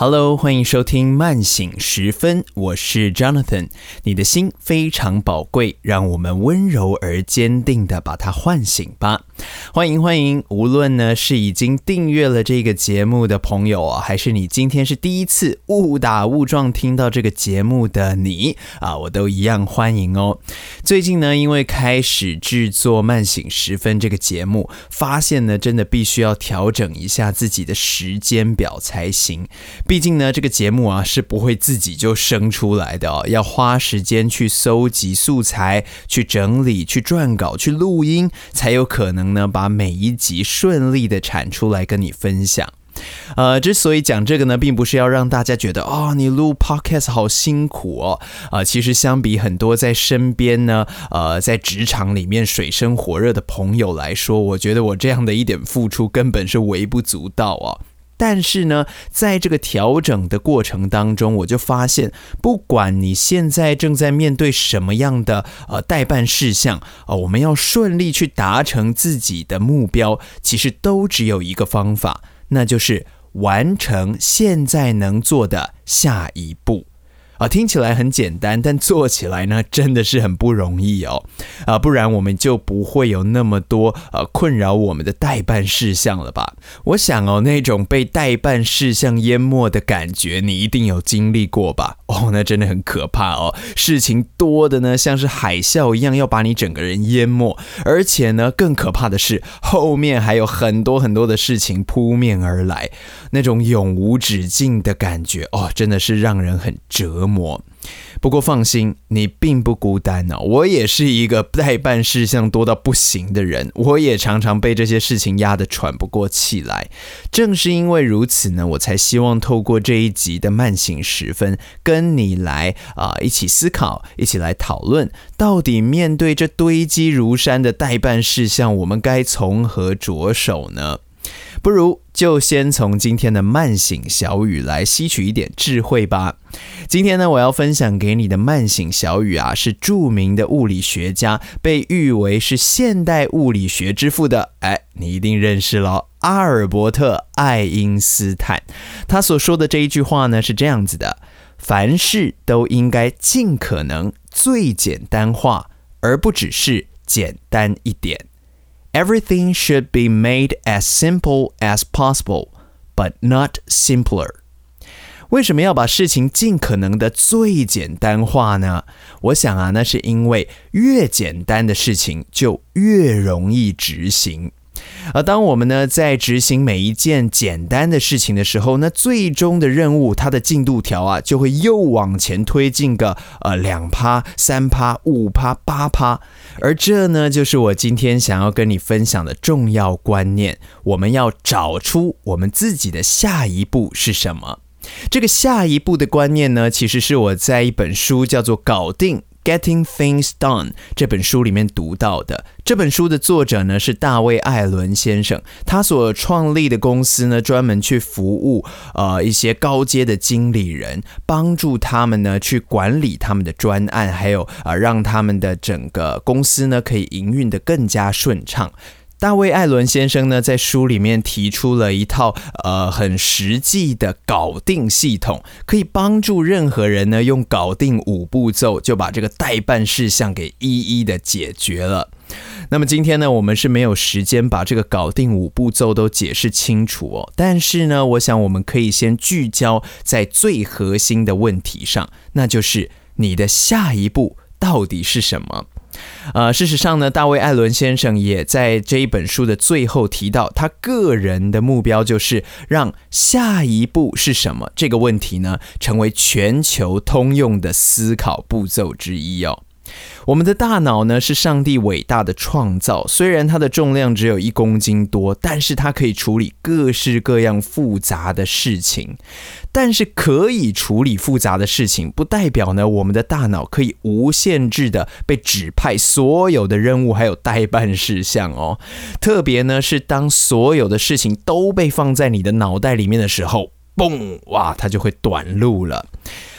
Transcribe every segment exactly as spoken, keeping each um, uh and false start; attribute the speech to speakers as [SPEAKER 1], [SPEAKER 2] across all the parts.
[SPEAKER 1] Hello， 欢迎收听慢醒时分，我是 Jonathan。你的心非常宝贵，让我们温柔而坚定的把它唤醒吧。欢迎欢迎，无论呢是已经订阅了这个节目的朋友啊，还是你今天是第一次误打误撞听到这个节目的你啊，我都一样欢迎哦。最近呢，因为开始制作慢醒时分这个节目，发现呢真的必须要调整一下自己的时间表才行。毕竟呢，这个节目啊是不会自己就生出来的哦，要花时间去搜集素材，去整理，去撰稿，去录音，才有可能呢把每一集顺利的产出来跟你分享。呃，之所以讲这个呢，并不是要让大家觉得哦，你录 podcast 好辛苦哦。呃，其实相比很多在身边呢，呃，在职场里面水深火热的朋友来说，我觉得我这样的一点付出根本是微不足道哦。但是呢，在这个调整的过程当中，我就发现，不管你现在正在面对什么样的呃待办事项，呃，我们要顺利去达成自己的目标，其实都只有一个方法，那就是完成现在能做的下一步。啊，听起来很简单，但做起来呢，真的是很不容易哦。啊，不然我们就不会有那么多呃困扰我们的待办事项了吧？我想哦，那种被待办事项淹没的感觉，你一定有经历过吧？哦，那真的很可怕哦。事情多的呢，像是海啸一样，要把你整个人淹没。而且呢，更可怕的是，后面还有很多很多的事情扑面而来，那种永无止境的感觉，哦，真的是让人很折磨。不过放心，你并不孤单哦。我也是一个待办事项多到不行的人，我也常常被这些事情压得喘不过气来。正是因为如此呢，我才希望透过这一集的慢醒时分，跟你来、呃、一起思考，一起来讨论，到底面对这堆积如山的待办事项，我们该从何着手呢？不如就先从今天的慢醒小语来吸取一点智慧吧。今天呢，我要分享给你的慢醒小语啊，是著名的物理学家，被誉为是现代物理学之父的，哎，你一定认识咯，阿尔伯特·爱因斯坦。他所说的这一句话呢，是这样子的：凡事都应该尽可能最简单化，而不只是简单一点。Everything should be made as simple as possible, but not simpler. 为什么要把事情尽可能的最简单化呢？我想啊，那是因为越简单的事情就越容易执行。而当我们呢在执行每一件简单的事情的时候，那最终的任务它的进度条啊就会又往前推进个呃两趴、三趴、五趴、八趴，而这呢就是我今天想要跟你分享的重要观念。我们要找出我们自己的下一步是什么。这个下一步的观念呢，其实是我在一本书叫做《搞定Getting Things Done》这本书里面读到的。这本书的作者呢是大卫·艾伦先生，他所创立的公司呢，专门去服务呃一些高阶的经理人，帮助他们呢去管理他们的专案，还有呃让他们的整个公司呢可以营运得更加顺畅。大卫·艾伦先生呢，在书里面提出了一套呃很实际的搞定系统，可以帮助任何人呢用搞定五步骤就把这个待办事项给一一的解决了。那么今天呢，我们是没有时间把这个搞定五步骤都解释清楚哦。但是呢，我想我们可以先聚焦在最核心的问题上，那就是你的下一步到底是什么？呃，事实上呢，大卫·艾伦先生也在这一本书的最后提到，他个人的目标就是让下一步是什么这个问题呢，成为全球通用的思考步骤之一哦。我们的大脑呢是上帝伟大的创造，虽然它的重量只有一公斤多，但是它可以处理各式各样复杂的事情。但是可以处理复杂的事情，不代表呢我们的大脑可以无限制的被指派所有的任务还有待办事项哦。特别呢是当所有的事情都被放在你的脑袋里面的时候，嘣，哇，它就会短路了。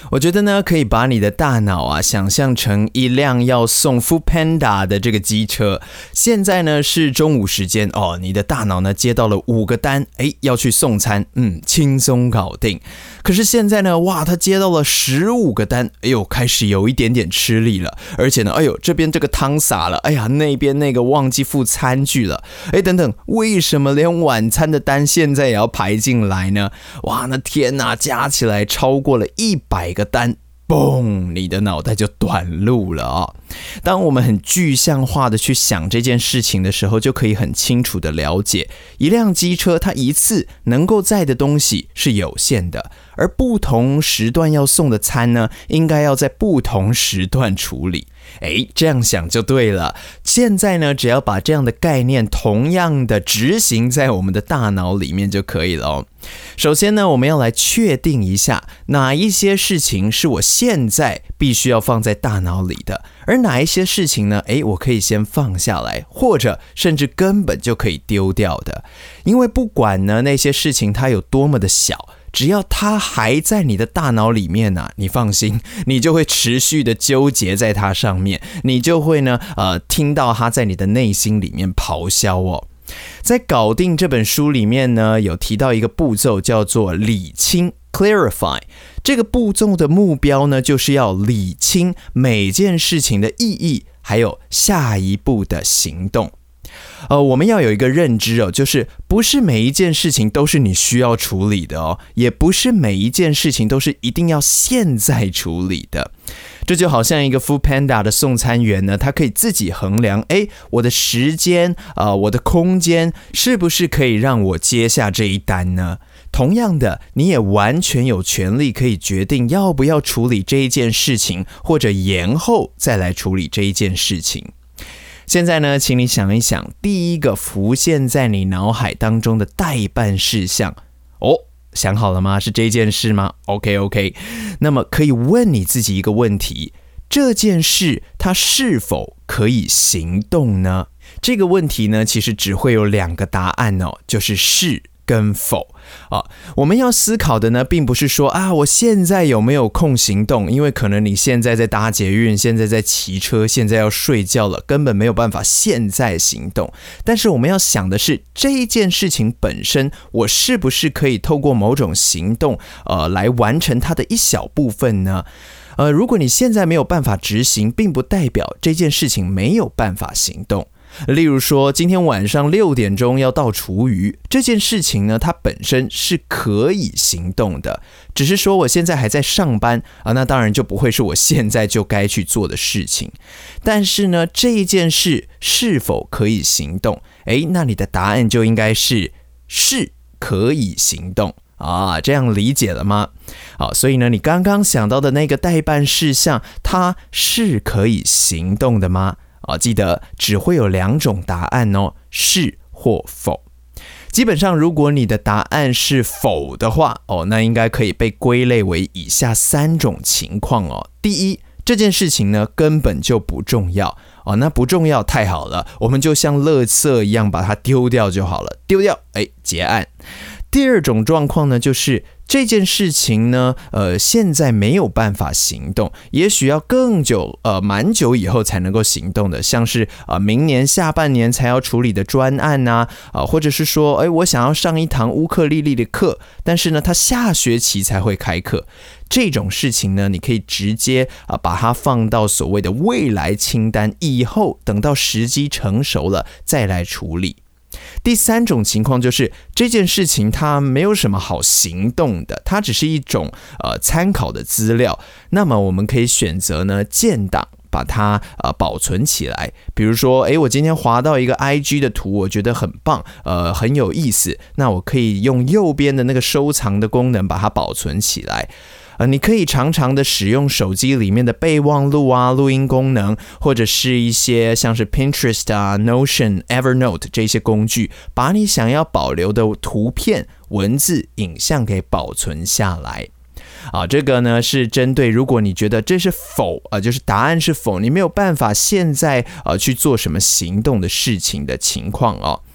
[SPEAKER 1] 我觉得呢，可以把你的大脑啊想象成一辆要送 Foodpanda 的这个机车。现在呢是中午时间哦，你的大脑呢接到了五个单，哎，要去送餐，嗯，轻松搞定。可是现在呢，哇，他接到了十五个单，哎呦，开始有一点点吃力了。而且呢，哎呦，这边这个汤洒了，哎呀，那边那个忘记付餐具了，哎，等等，为什么连晚餐的单现在也要排进来呢？哇，那天哪，加起来超过了一百个单，嘣，你的脑袋就短路了啊！当我们很具象化的去想这件事情的时候，就可以很清楚的了解，一辆机车它一次能够载的东西是有限的，而不同时段要送的餐呢，应该要在不同时段处理。诶，这样想就对了。现在呢，只要把这样的概念同样的执行在我们的大脑里面就可以了哦。首先呢，我们要来确定一下哪一些事情是我现在必须要放在大脑里的，而哪一些事情呢，诶，我可以先放下来，或者甚至根本就可以丢掉的。因为不管呢那些事情它有多么的小，只要它还在你的大脑里面啊，你放心，你就会持续的纠结在它上面，你就会呢，呃，听到它在你的内心里面咆哮哦。在搞定这本书里面呢，有提到一个步骤叫做理清 clarify。这个步骤的目标呢，就是要理清每件事情的意义，还有下一步的行动。呃，我们要有一个认知哦，就是不是每一件事情都是你需要处理的哦，也不是每一件事情都是一定要现在处理的。这就好像一个 Foodpanda 的送餐员呢，他可以自己衡量，诶，我的时间、呃、我的空间是不是可以让我接下这一单呢？同样的，你也完全有权利可以决定要不要处理这一件事情，或者延后再来处理这一件事情。现在呢，请你想一想，第一个浮现在你脑海当中的待办事项哦，想好了吗？是这件事吗？ OK OK， 那么可以问你自己一个问题，这件事它是否可以行动呢？这个问题呢，其实只会有两个答案哦，就是是跟否啊。我们要思考的呢，并不是说啊，我现在有没有空行动？因为可能你现在在搭捷运，现在在骑车，现在要睡觉了，根本没有办法现在行动。但是我们要想的是，这一件事情本身，我是不是可以透过某种行动，呃，来完成它的一小部分呢？呃，如果你现在没有办法执行，并不代表这件事情没有办法行动。例如说，今天晚上六点钟要倒厨余这件事情呢，它本身是可以行动的，只是说我现在还在上班啊，那当然就不会是我现在就该去做的事情。但是呢，这一件事是否可以行动？诶，那你的答案就应该是是可以行动啊，这样理解了吗？好，所以呢，你刚刚想到的那个待办事项，它是可以行动的吗？啊，记得只会有两种答案哦，是或否。基本上，如果你的答案是否的话，哦，那应该可以被归类为以下三种情况哦。第一，这件事情呢根本就不重要哦，那不重要太好了，我们就像垃圾一样把它丢掉就好了，丢掉，哎，结案。第二种状况呢，就是这件事情呢，呃，现在没有办法行动，也许要更久，呃，蛮久以后才能够行动的，像是啊、呃，明年下半年才要处理的专案啊，啊、呃，或者是说，哎，我想要上一堂乌克丽丽的课，但是呢，它下学期才会开课，这种事情呢，你可以直接啊、呃，把它放到所谓的未来清单，以后等到时机成熟了再来处理。第三种情况就是这件事情它没有什么好行动的，它只是一种呃参考的资料，那么我们可以选择呢建档把它呃保存起来。比如说，诶，我今天滑到一个 I G 的图，我觉得很棒，呃很有意思，那我可以用右边的那个收藏的功能把它保存起来。呃，你可以常常的使用手机里面的备忘录啊、录音功能，或者是一些像是 Pinterest 啊、Notion、Evernote 这些工具，把你想要保留的图片、文字、影像给保存下来。啊，这个呢是针对如果你觉得这是否啊，就是答案是否，你没有办法现在呃去做什么行动的事情的情况哦。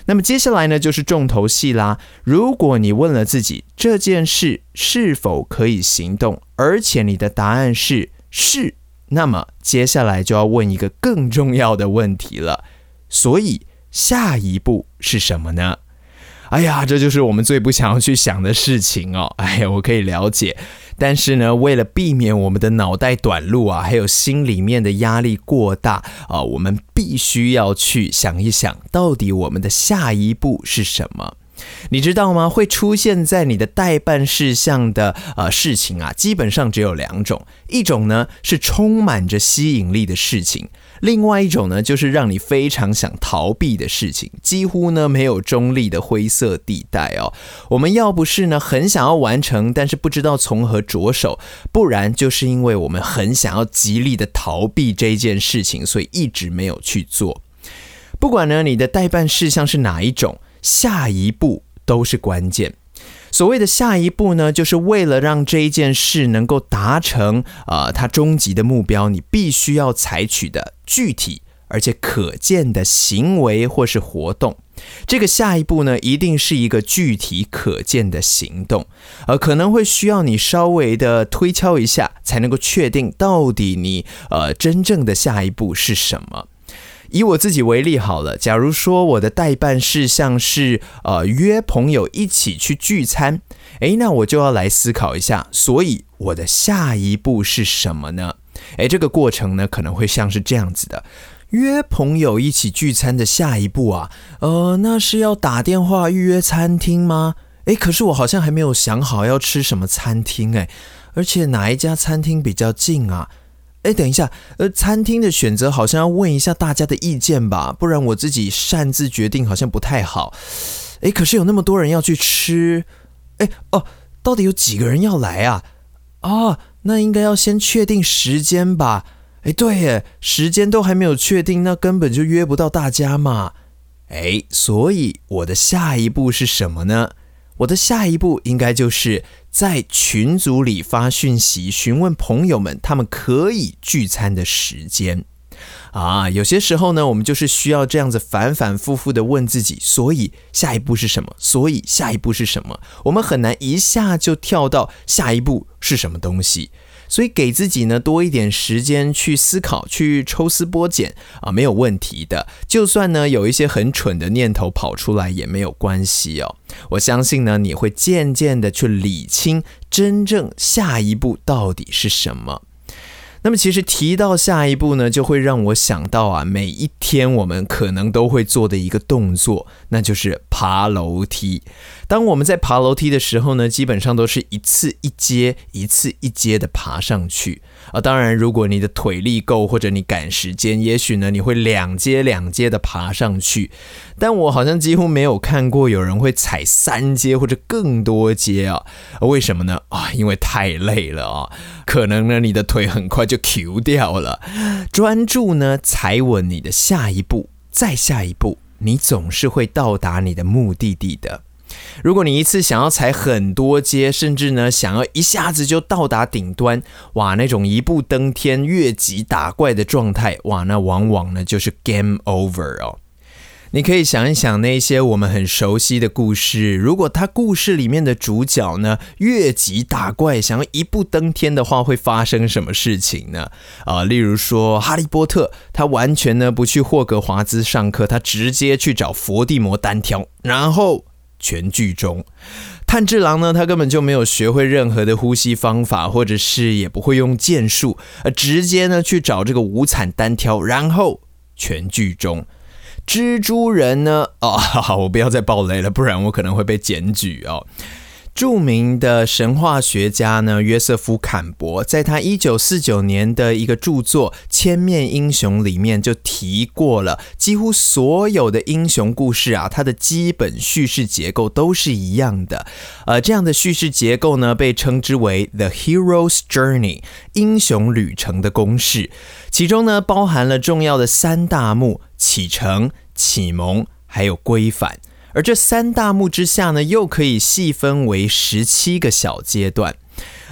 [SPEAKER 1] 那么接下来呢，就是重头戏啦。如果你问了自己这件事是否可以行动，而且你的答案是是，那么接下来就要问一个更重要的问题了。所以下一步是什么呢？哎呀，这就是我们最不想要去想的事情哦。哎呀，我可以了解，但是呢，为了避免我们的脑袋短路啊，还有心里面的压力过大啊，我们必须要去想一想，到底我们的下一步是什么。你知道吗？会出现在你的待办事项的呃事情啊，基本上只有两种，一种呢是充满着吸引力的事情，另外一种呢就是让你非常想逃避的事情，几乎呢没有中立的灰色地带哦。我们要不是呢很想要完成，但是不知道从何着手，不然就是因为我们很想要极力的逃避这件事情，所以一直没有去做。不管呢你的待办事项是哪一种，下一步都是关键。所谓的下一步呢，就是为了让这一件事能够达成呃它终极的目标，你必须要采取的具体而且可见的行为或是活动。这个下一步呢，一定是一个具体可见的行动，呃，可能会需要你稍微的推敲一下，才能够确定到底你呃真正的下一步是什么。以我自己为例好了，假如说我的待办事项是呃约朋友一起去聚餐，诶，那我就要来思考一下，所以我的下一步是什么呢？诶，这个过程呢可能会像是这样子的。约朋友一起聚餐的下一步啊，呃，那是要打电话预约餐厅吗？诶，可是我好像还没有想好要吃什么餐厅诶，而且哪一家餐厅比较近啊？哎，等一下，呃，餐厅的选择好像要问一下大家的意见吧，不然我自己擅自决定好像不太好。哎，可是有那么多人要去吃，哎哦，到底有几个人要来啊？哦，那应该要先确定时间吧？哎，对耶，时间都还没有确定，那根本就约不到大家嘛。哎，所以我的下一步是什么呢？我的下一步应该就是在群组里发讯息询问朋友们他们可以聚餐的时间啊。有些时候呢，我们就是需要这样子反反复复的问自己，所以下一步是什么？所以下一步是什么？我们很难一下就跳到下一步是什么东西。所以给自己呢多一点时间去思考，去抽丝剥茧啊，没有问题的。就算呢有一些很蠢的念头跑出来也没有关系哦。我相信呢你会渐渐的去理清真正下一步到底是什么。那么其实提到下一步呢，就会让我想到啊，每一天我们可能都会做的一个动作，那就是爬楼梯。当我们在爬楼梯的时候呢，基本上都是一次一阶一次一阶的爬上去啊。当然如果你的腿力够，或者你赶时间，也许呢你会两阶两阶的爬上去，但我好像几乎没有看过有人会踩三阶或者更多阶啊。为什么呢？啊，因为太累了啊，可能呢你的腿很快就 Q 掉了。专注呢踩稳你的下一步，再下一步，你总是会到达你的目的地的。如果你一次想要踩很多阶，甚至呢想要一下子就到达顶端，哇，那种一步登天越级打怪的状态，哇，那往往呢就是 game over 哦。你可以想一想那些我们很熟悉的故事，如果他故事里面的主角呢越级打怪，想要一步登天的话，会发生什么事情呢？啊、呃，例如说哈利波特，他完全呢不去霍格华兹上课，他直接去找伏地魔单挑，然后全剧终。炭治郎呢，他根本就没有学会任何的呼吸方法，或者是也不会用剑术，而直接呢去找这个无惨单挑，然后全剧终。蜘蛛人呢？哦，好，我不要再爆雷了，不然我可能会被检举哦。著名的神话学家呢，约瑟夫·坎伯，在他一九四九年的一个著作《千面英雄》里面就提过了，几乎所有的英雄故事啊，它的基本叙事结构都是一样的。呃，这样的叙事结构呢，被称之为 The Hero's Journey， 英雄旅程的公式。其中呢，包含了重要的三大目：启程、启蒙，还有归返。而这三大目之下呢，又可以细分为十七个小阶段。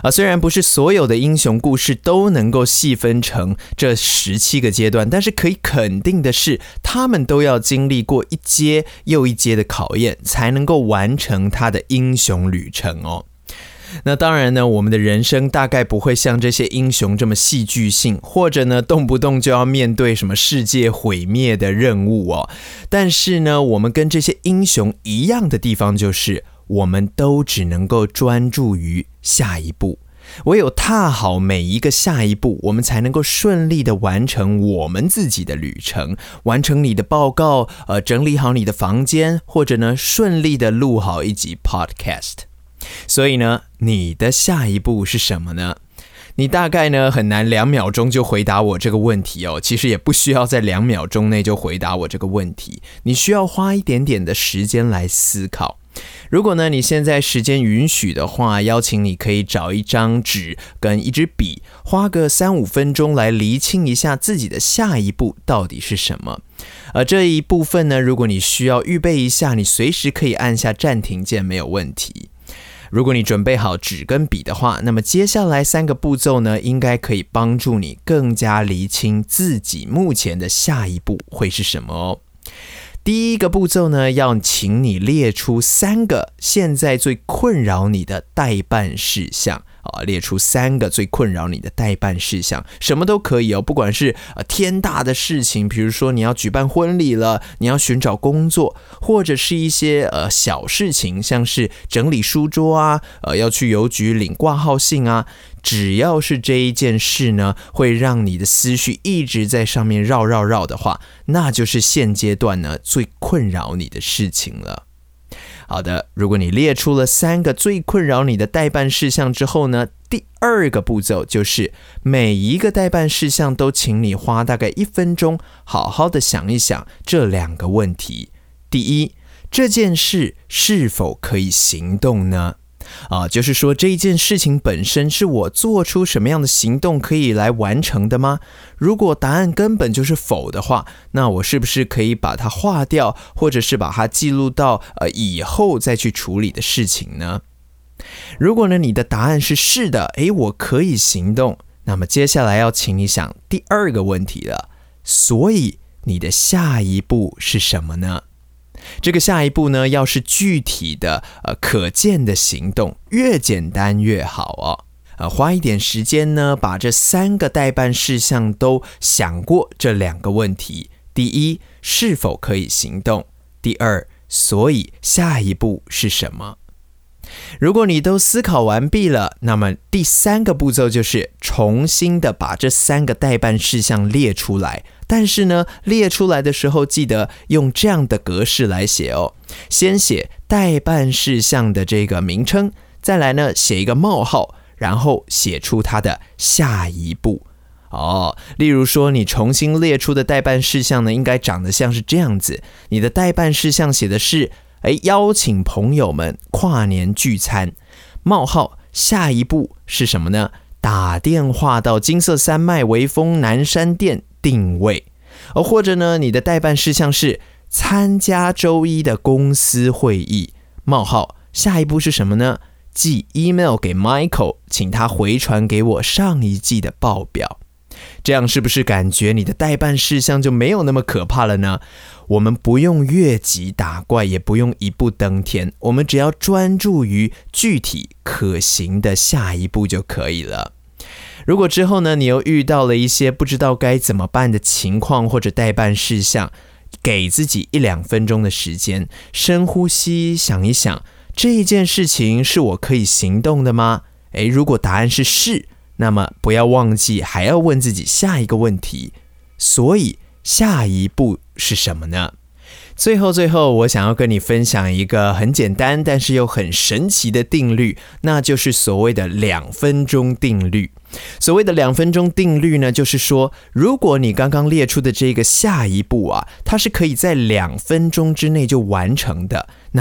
[SPEAKER 1] 啊，虽然不是所有的英雄故事都能够细分成这十七个阶段，但是可以肯定的是，他们都要经历过一阶又一阶的考验，才能够完成他的英雄旅程哦。那当然呢，我们的人生大概不会像这些英雄这么戏剧性，或者呢动不动就要面对什么世界毁灭的任务哦。但是呢，我们跟这些英雄一样的地方就是，我们都只能够专注于下一步。唯有踏好每一个下一步，我们才能够顺利的完成我们自己的旅程，完成你的报告，呃，整理好你的房间，或者呢顺利的录好一集 podcast。所以呢，你的下一步是什么呢？你大概呢很难两秒钟就回答我这个问题哦。其实也不需要在两秒钟内就回答我这个问题，你需要花一点点的时间来思考。如果呢你现在时间允许的话，邀请你可以找一张纸跟一支笔，花个三五分钟来厘清一下自己的下一步到底是什么。而这一部分呢，如果你需要预备一下，你随时可以按下暂停键，没有问题。如果你准备好纸跟笔的话，那么接下来三个步骤呢，应该可以帮助你更加厘清自己目前的下一步会是什么哦。第一个步骤呢，要请你列出三个现在最困扰你的待办事项啊，列出三个最困扰你的待办事项，什么都可以哦，不管是呃天大的事情，比如说你要举办婚礼了，你要寻找工作，或者是一些呃小事情，像是整理书桌啊，呃要去邮局领挂号信啊。只要是这一件事呢，会让你的思绪一直在上面绕绕绕的话，那就是现阶段呢最困扰你的事情了。好的，如果你列出了三个最困扰你的待办事项之后呢，第二个步骤就是每一个待办事项都请你花大概一分钟，好好的想一想这两个问题。第一，这件事是否可以行动呢？啊，就是说这一件事情本身是我做出什么样的行动可以来完成的吗？如果答案根本就是否的话，那我是不是可以把它划掉，或者是把它记录到呃以后再去处理的事情呢？如果呢你的答案是是的，诶，我可以行动，那么接下来要请你想第二个问题了，所以你的下一步是什么呢？这个下一步呢，要是具体的、呃可见的行动，越简单越好哦。呃，花一点时间呢，把这三个待办事项都想过这两个问题：第一，是否可以行动；第二，所以下一步是什么？如果你都思考完毕了，那么第三个步骤就是重新的把这三个待办事项列出来。但是呢，列出来的时候记得用这样的格式来写哦。先写待办事项的这个名称，再来呢写一个冒号，然后写出它的下一步。哦，例如说你重新列出的待办事项呢，应该长得像是这样子。你的待办事项写的是诶邀请朋友们跨年聚餐，冒号，下一步是什么呢？打电话到金色山脉微风南山店定位。而或者呢，你的待办事项是参加周一的公司会议，冒号，下一步是什么呢？寄 email 给 Michael， 请他回传给我上一季的报表。这样是不是感觉你的待办事项就没有那么可怕了呢？我们不用越级打怪，也不用一步登天，我们只要专注于具体可行的下一步就可以了。如果之后呢，你又遇到了一些不知道该怎么办的情况或者待办事项，给自己一两分钟的时间，深呼吸，想一想，这一件事情是我可以行动的吗？诶，如果答案是是，那么不要忘记还要问自己下一个问题，所以下一步是什么呢？最后最后，我想要跟你分享一个很简单但是又很神奇的定律，那就是所谓的两分钟定律。所谓的两分钟定律呢，就是说，如果你刚刚列出的这个下一步啊，它是可以在两分钟之内就完成的，那么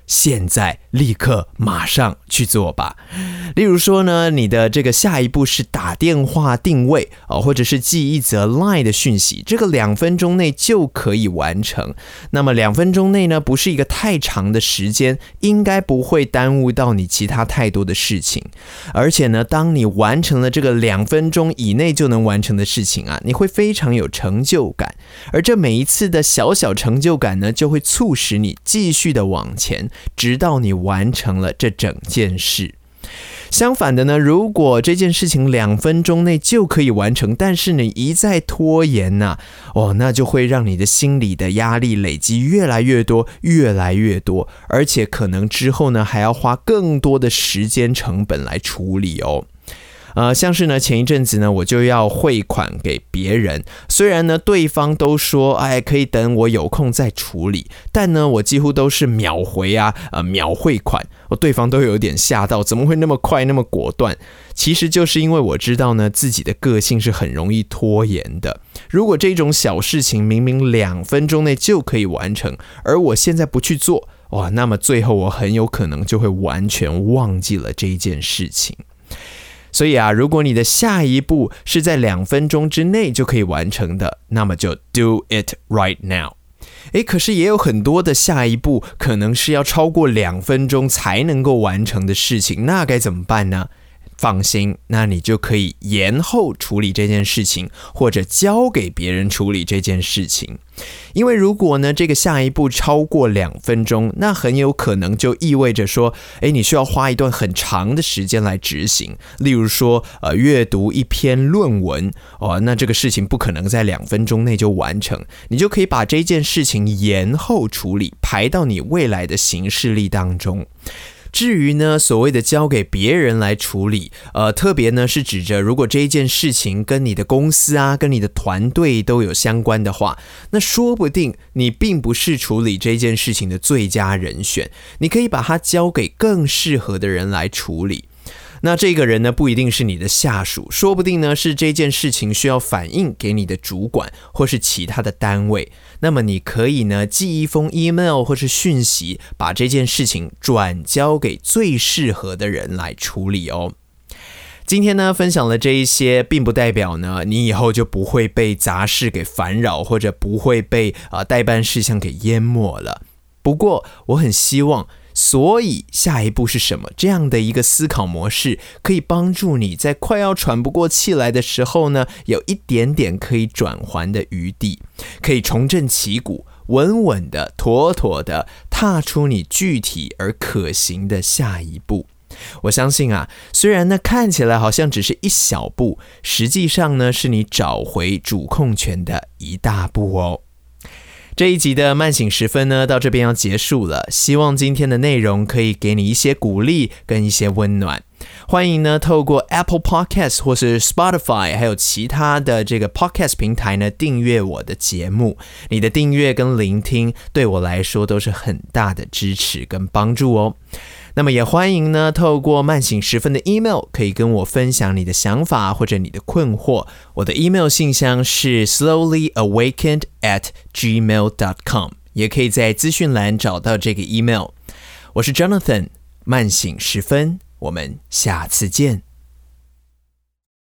[SPEAKER 1] 现在立刻马上去做吧。例如说呢，你的这个下一步是打电话定位、哦、或者是寄一则 Line 的讯息，这个两分钟内就可以完成。那么两分钟内呢，不是一个太长的时间，应该不会耽误到你其他太多的事情。而且呢，当你完成了这个两分钟以内就能完成的事情啊，你会非常有成就感。而这每一次的小小成就感呢，就会促使你继续的往前，直到你完成了这整件事。相反的呢，如果这件事情两分钟内就可以完成，但是你一再拖延啊，哦，那就会让你的心理的压力累积越来越多，越来越多，而且可能之后呢，还要花更多的时间成本来处理哦。呃，像是呢，前一阵子呢，我就要汇款给别人，虽然呢，对方都说，哎，可以等我有空再处理，但呢，我几乎都是秒回啊，呃，秒汇款，我对方都有点吓到，怎么会那么快，那么果断？其实就是因为我知道呢，自己的个性是很容易拖延的。如果这种小事情明明两分钟内就可以完成，而我现在不去做，哇，那么最后我很有可能就会完全忘记了这一件事情。所以啊，如果你的下一步是在两分钟之内就可以完成的，那么就 do it right now。诶，可是也有很多的下一步可能是要超过两分钟才能够完成的事情，那该怎么办呢？放心，那你就可以延后处理这件事情，或者交给别人处理这件事情。因为如果呢，这个下一步超过两分钟，那很有可能就意味着说，诶，你需要花一段很长的时间来执行。例如说，呃，阅读一篇论文，哦，那这个事情不可能在两分钟内就完成，你就可以把这件事情延后处理，排到你未来的行事历当中。至于呢，所谓的交给别人来处理，呃，特别呢是指着如果这一件事情跟你的公司啊、跟你的团队都有相关的话，那说不定你并不是处理这件事情的最佳人选，你可以把它交给更适合的人来处理。那这个人呢，不一定是你的下属，说不定呢是这件事情需要反映给你的主管或是其他的单位。那么你可以呢寄一封 email 或是讯息，把这件事情转交给最适合的人来处理哦。今天呢分享了这一些，并不代表呢你以后就不会被杂事给烦扰，或者不会被、呃、待办事项给淹没了。不过我很希望，所以下一步是什么？这样的一个思考模式，可以帮助你在快要喘不过气来的时候呢，有一点点可以转圜的余地，可以重振旗鼓，稳稳的、妥妥的踏出你具体而可行的下一步。我相信啊，虽然呢看起来好像只是一小步，实际上呢是你找回主控权的一大步哦。这一集的慢醒时分呢，到这边要结束了。希望今天的内容可以给你一些鼓励跟一些温暖。欢迎呢透过 Apple Podcast 或是 Spotify 还有其他的这个 Podcast 平台呢订阅我的节目。你的订阅跟聆听对我来说都是很大的支持跟帮助哦。那么也欢迎呢透过慢醒时分的 email 可以跟我分享你的想法或者你的困惑。我的 email 信箱是 slowlyawakened at gmail dot com， 也可以在资讯栏找到这个 email。 我是 Jonathan， 慢醒时分，我们下次见。